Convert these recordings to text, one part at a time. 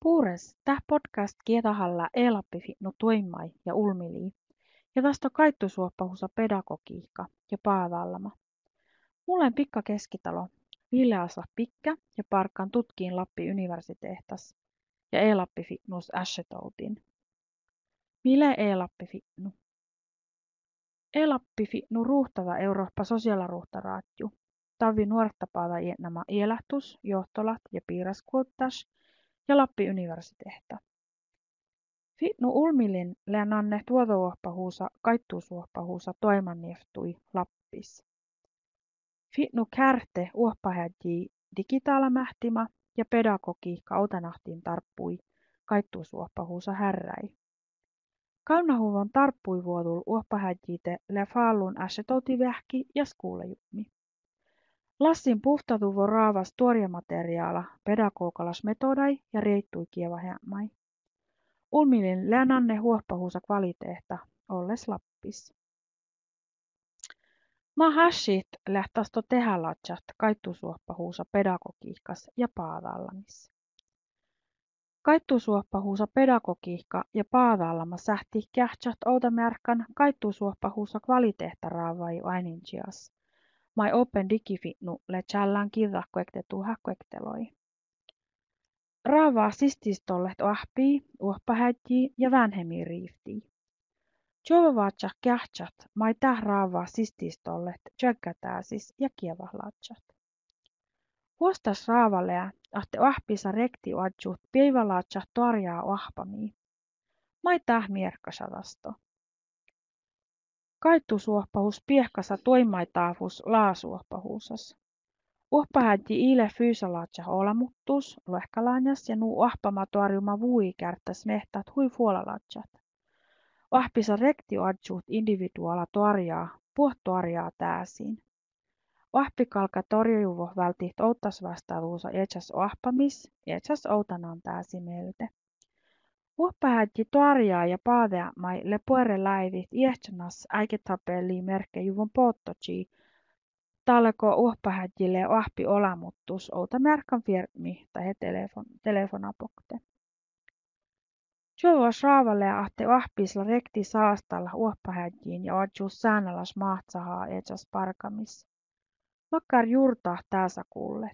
Puures, täh podcast kietahalla elappifi no toimmai ja ulmilii, ja tästä kaittusuoppahusa pedagogiikka ja paavallama. Mulle pikka keskitalo, Vileasa pikkä ja parkkaan tutkiin Lappi universiteehtas, ja elappifi nus ässetoutin. Mille elappifi nu? Elappifi nu ruuhtava Eurooppa sosiaalaruuhtaraatju. Tavi nuortapaada nämä ielähtus, johtolat ja piiraskuottas ja Lappi universiteehta. Fitnu ulmilin länanne tuotouoppahuusa kaittuusuoppahuusa toimannieftui Lappis. Fitnu kärte uoppahädji digitaalamähtima ja pedagogiikka autanahtiin tarppui kaittuusuoppahuusa härräi. Kaunahuvon tarppui vuodul uoppahädjite le faallun ässetouti-vähki ja skuulejummi. Lassin puhtatuvo raavas tuoriamateriaala pedagogalas metodai ja reittui kievahämmai. Ulmilin länanne huoppahuusa kvaliteehta olles Lappis. Ma hashit lähtästo tehdä latsat kaittusuoppahuusa pedagogiikkas ja paadallamis. Kaittusuoppahuusa pedagogiikka ja paadallama sähti kähtsät outamärkan kaittusuoppahuusa kvaliteehta raavai aininchias. Mai open digifitnu le challään kirrahkoektetu hakkoekteloi. Raavaa sististollet ahpii, uoppahädjii ja vänhemii riiftii. Jovavatsa kähtsät mai täh raavaa sististollet tjögkätääsis ja kievahlatsat. Huostas raavalea ahte ahpisa rekti adjut peivalatsa tarjaa ahpamii. Mai täh mierkkasadasto. Kaittusuoppahus piehkasa toimaitaavus laasuoppahuusas. Uoppahädji ile fyysalatsa olamuttus, luehkalaanjas ja nuu ahpama torjuma vui kärttäs mehtat hui fuolalatsat. Ahpisa rektio adjut individuaala torjaa, puhtorjaa tääsiin. Ahpikalka torjuvo vältit outtas vastaavuusa etsas ahpamis, etsas outanan tääsimelte. Uoppahädji torjaa ja paadeamai le puere läivit iähtsänas äiketapelli merkke juvon poottochi. Talleko uoppahädjille ahpi olamuttus outa märkan firmi tai telefonapokte. Jovos raavalle ahte ahpisla rekti saastalla uoppahädjiin ja adjus säännälläs mahtsahaa etsas parkamis. Makkar juurtaa tääsä kuullet.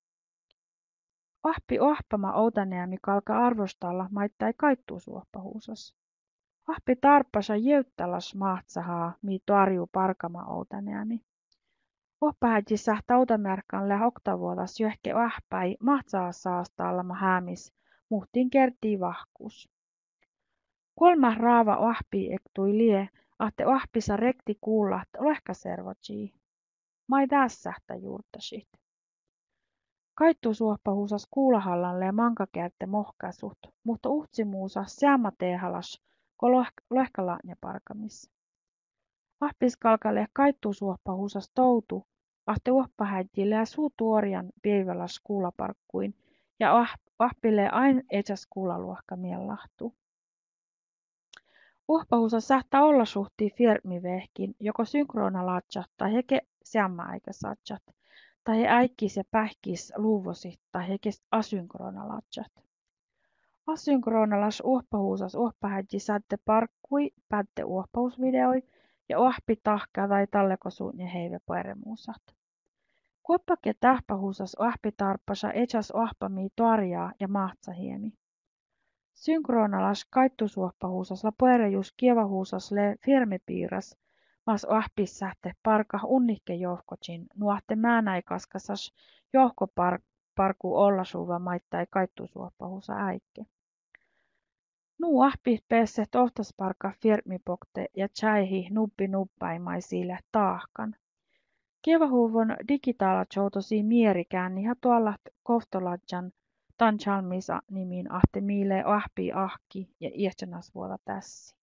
Ahpi ahpama outaneami kalka arvostalla maittai kaittuusuoppahuusas. Ahpi tarppasa jäyttäläs mahtsahaa mii tarjuu parkama outaneami. Uoppahädji sähtä outamärkan oktavuotas johke ahpäi mahtsaa saastallama häämis muhtiin kertii vahkuus. Kolmas raava ahpi ektui lie, ahte ahpisa rekti kuullaht lehkäservotsi. Mai tässähtä juurtasit. Kaittuusuoppahuusas kuulahallalle mankakäätte mohkaisut, mutta uhtsimuusa seamateehalas ko lehkalaanja parkamis. Ahpiskalkalle kaittuusuoppahuusas toutu, ahte uoppahädjille ja suutuorian pieväläs kuulaparkkuin ja ahpille ain etsas kuulaluokka mielahtu. Uoppahusas sähtää olla suhtii firmivehkin, joko synkronalatsat tai heke seamma-aikasatsat, tai he äikkis ja pähkis luuvosit tai heke asynkronalatsat. Asynkronalas uoppahusas uoppahädji sätte parkkui, pätte uoppahusvideoi ja uohpi tahkaa tai tallekosuun ja heive pueremuusat. Kuoppake tähpähusas uohpi tarppasa etsas uohpamii tarjaa ja mahtsahiemi. Synkronalas kaittusuoppahuusas la puerejus kievahuusas le firmipiiras, mas ahpis sähte parka unnikke johkotsin, nuahte määnäikaskasas johkoparku ollasuva maittai kaittusuoppahuusa äikke. Nuu ahpis pääse tohtasparka firmipokte ja tsäihi nuppi nuppaimaisille taahkan. Kievahuuvon digitaalatsoutosi mierikään ja tuolla kohtoladjan Tanchalmisa nimiin ahte miile ahpi ahki ja iähtänäsvuoda tässä.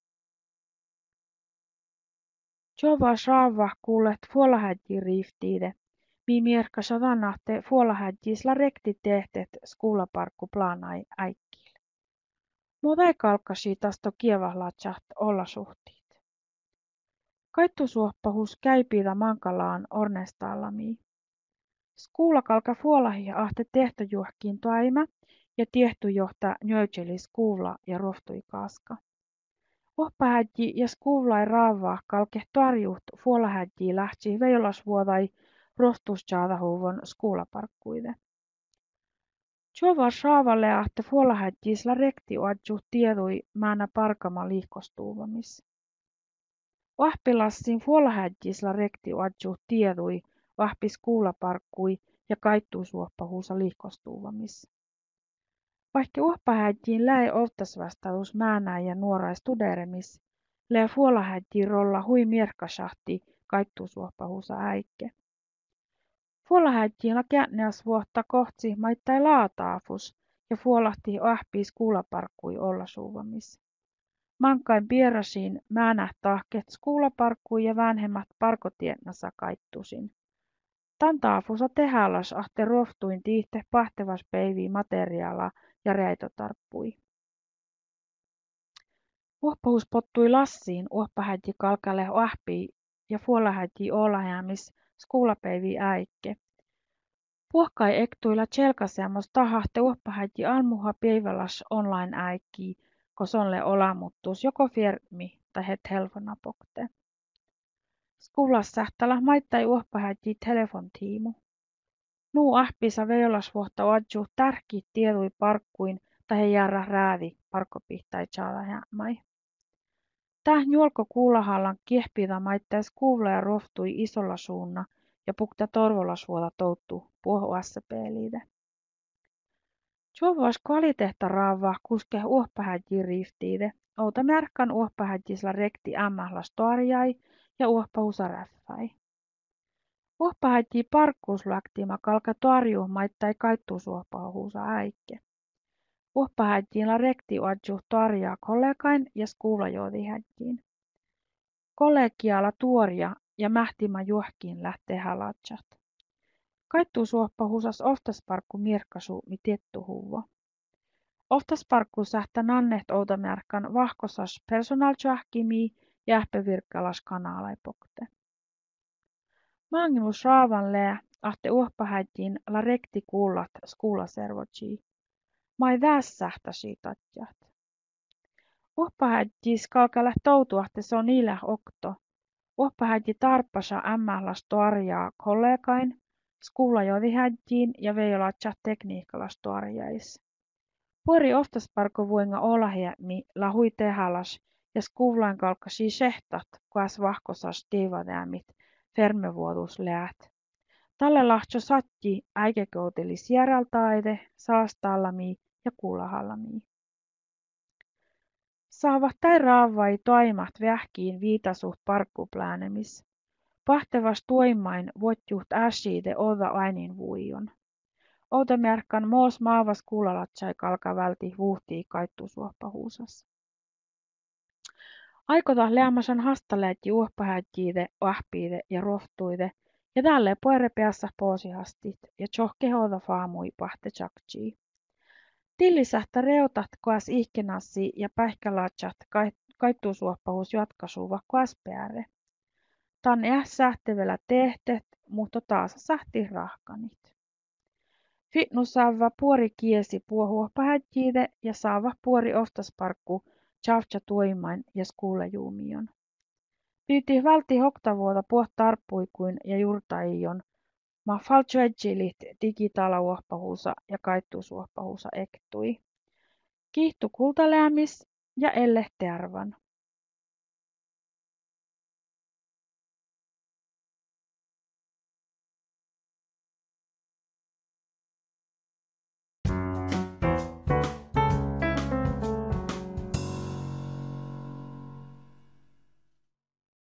Jova shaava kuulet fuolahädji riiftiide, mi mierkka sadanahte fuolahädjisla rekti tehtet skuulaparkku planai äikkille. Muodai kalkkasi tasto kievahlatsaht olla suhtiit. Kaittusuoppahus käypiida mankalaan ornestaallamii. Skuulakalka fuolahi ahte tehtojuhkiin toima ja tiehtu johtaa njöjeli skuulla ja rohtui kaska. Ohpahädji ja skuullai raavaa kalke tarjuht fuolahädji lähti veilasvuodai rohtusjaadahuvon skuulaparkkuide. Tjovas raavalle ahte fuolahädjisla rekti adju tiedui määnä parkama liikostuuvamis. Vahpilassin fuolahädjisla rekti adju tiedui vahpi skuulaparkkui ja kaittuusuoppahuusa liikostuuvamis. Vaikka uhpahädjiin läi oltasvastaus määnää ja nuorai studeremis, lää fuolahädjiin rolla hui mierkkasahti kaittuusuoppahuusa äikke. Fuolahädjiin la käänneäs vuotta kohti maittai laataafus ja fuolahti ahpii skuulaparkkui olla suuvamis. Mankain pierasiin määnä tahket skuulaparkkui ja vanhemmat parkotiennassa kaittusin. Tantaafusa tehälas ahte rohtuin tiihte pahtevas peivii materiaala ja räitotarppui. Uoppahus pottui lassiin uoppahädji kalkale ahpii ja fuolahädji olahäämis skuulapeivii äikke. Puhkai ektuilla tselkaseamos tahahte uoppahädji almuha peivälas online äikkii, kosonle olamuttuus joko firmi tai het helfonapokte. Skuulas sähtälä maittai uoppahädji telefontiimu. Nuu ahpisa veilasvuotta adju tärki tiedui parkkuin tai järra räävi parkkopihtai tjaada hämmäi. Täh juolko kuulahallan kiehpida maittais kuulla ja rohtui isolla suunna ja pukta torvolasvuota touttu puhuassa peliide. Juovas kvalitehta raavaa kuske uoppahädji riiftiide, outa märkkan uoppahädjisla rekti ämmählas toarjai ja uoppausa räffäi. Uoppahädji parkkuuslaktima kalka toarjuu maittai kaittuusuoppahuusa äikke. Uoppahädjiin rekti adju toarjaa kollegain ja skuulajoodihädjiin. Kollegiala tuoria ja mähtimä juohkiin lähtee halatsat. Kaittuusuoppahuusas oftasparkku mirkkasu mi tiettu huuvo. Oftasparkku sähtä nanneht outamärkan vahkosas personaljuahkimii ja ähpevirkkalas kanaalaipokte. Maangimus raavan lää ahte uoppahädjiin la rekti kuullat skuulaservotjii. Mai väs sähtäsi tatjat. Uoppahädjis kalkale toutuahte se on niillä okto. Uoppahädji tarppasa ämmählas toarjaa kollegain, skuulajoodihädjiin ja veijolatsa tekniikkalas toarjais. Puori oftasparko vuenga olahjämi la hui tehalas ja skuulain kalkkasi sehtat, kuas vahkosas tiivadäämit fermevuotus läät. Tälle lahtso satti äikekoutelis järältaide, saastallami ja kuulahallami. Saavat tai raavai toimat vähkiin viitasuht parkkuplänemis. Pahtevas tuimain vuotjuht äsiide oda ainin vuijon. Outamärkan moos maavas kuulalatsai kalka välti vuhtii kaittuusuoppahuusas. Aikota lämmäsän hastaleetti uoppahädjiide, ahpiide ja rohtuide ja tälle puerepeassa poosihastit ja tjohkehoda faamui pahte tjakjii. Tillisähtä reutat koas ihkenassi ja pähkälatsat kaittuusuoppahuus jatkasuva koas pääre. Tan sähtevellä tehtet, mutta taas sähti rahkanit. Fitnu saava puori kiesi puohuoppahädjiide ja saava puori oftasparkku tjavtja tuimain ja skuulejuumion. Pyyti välti hoktavuota puhtarppuikuin ja jurtaijon, ma faltsuedjilit digitaalauoppahuusa ja kaittuusuoppahuusa ektui. Kiihtu kultalämmis ja ellehtearvan.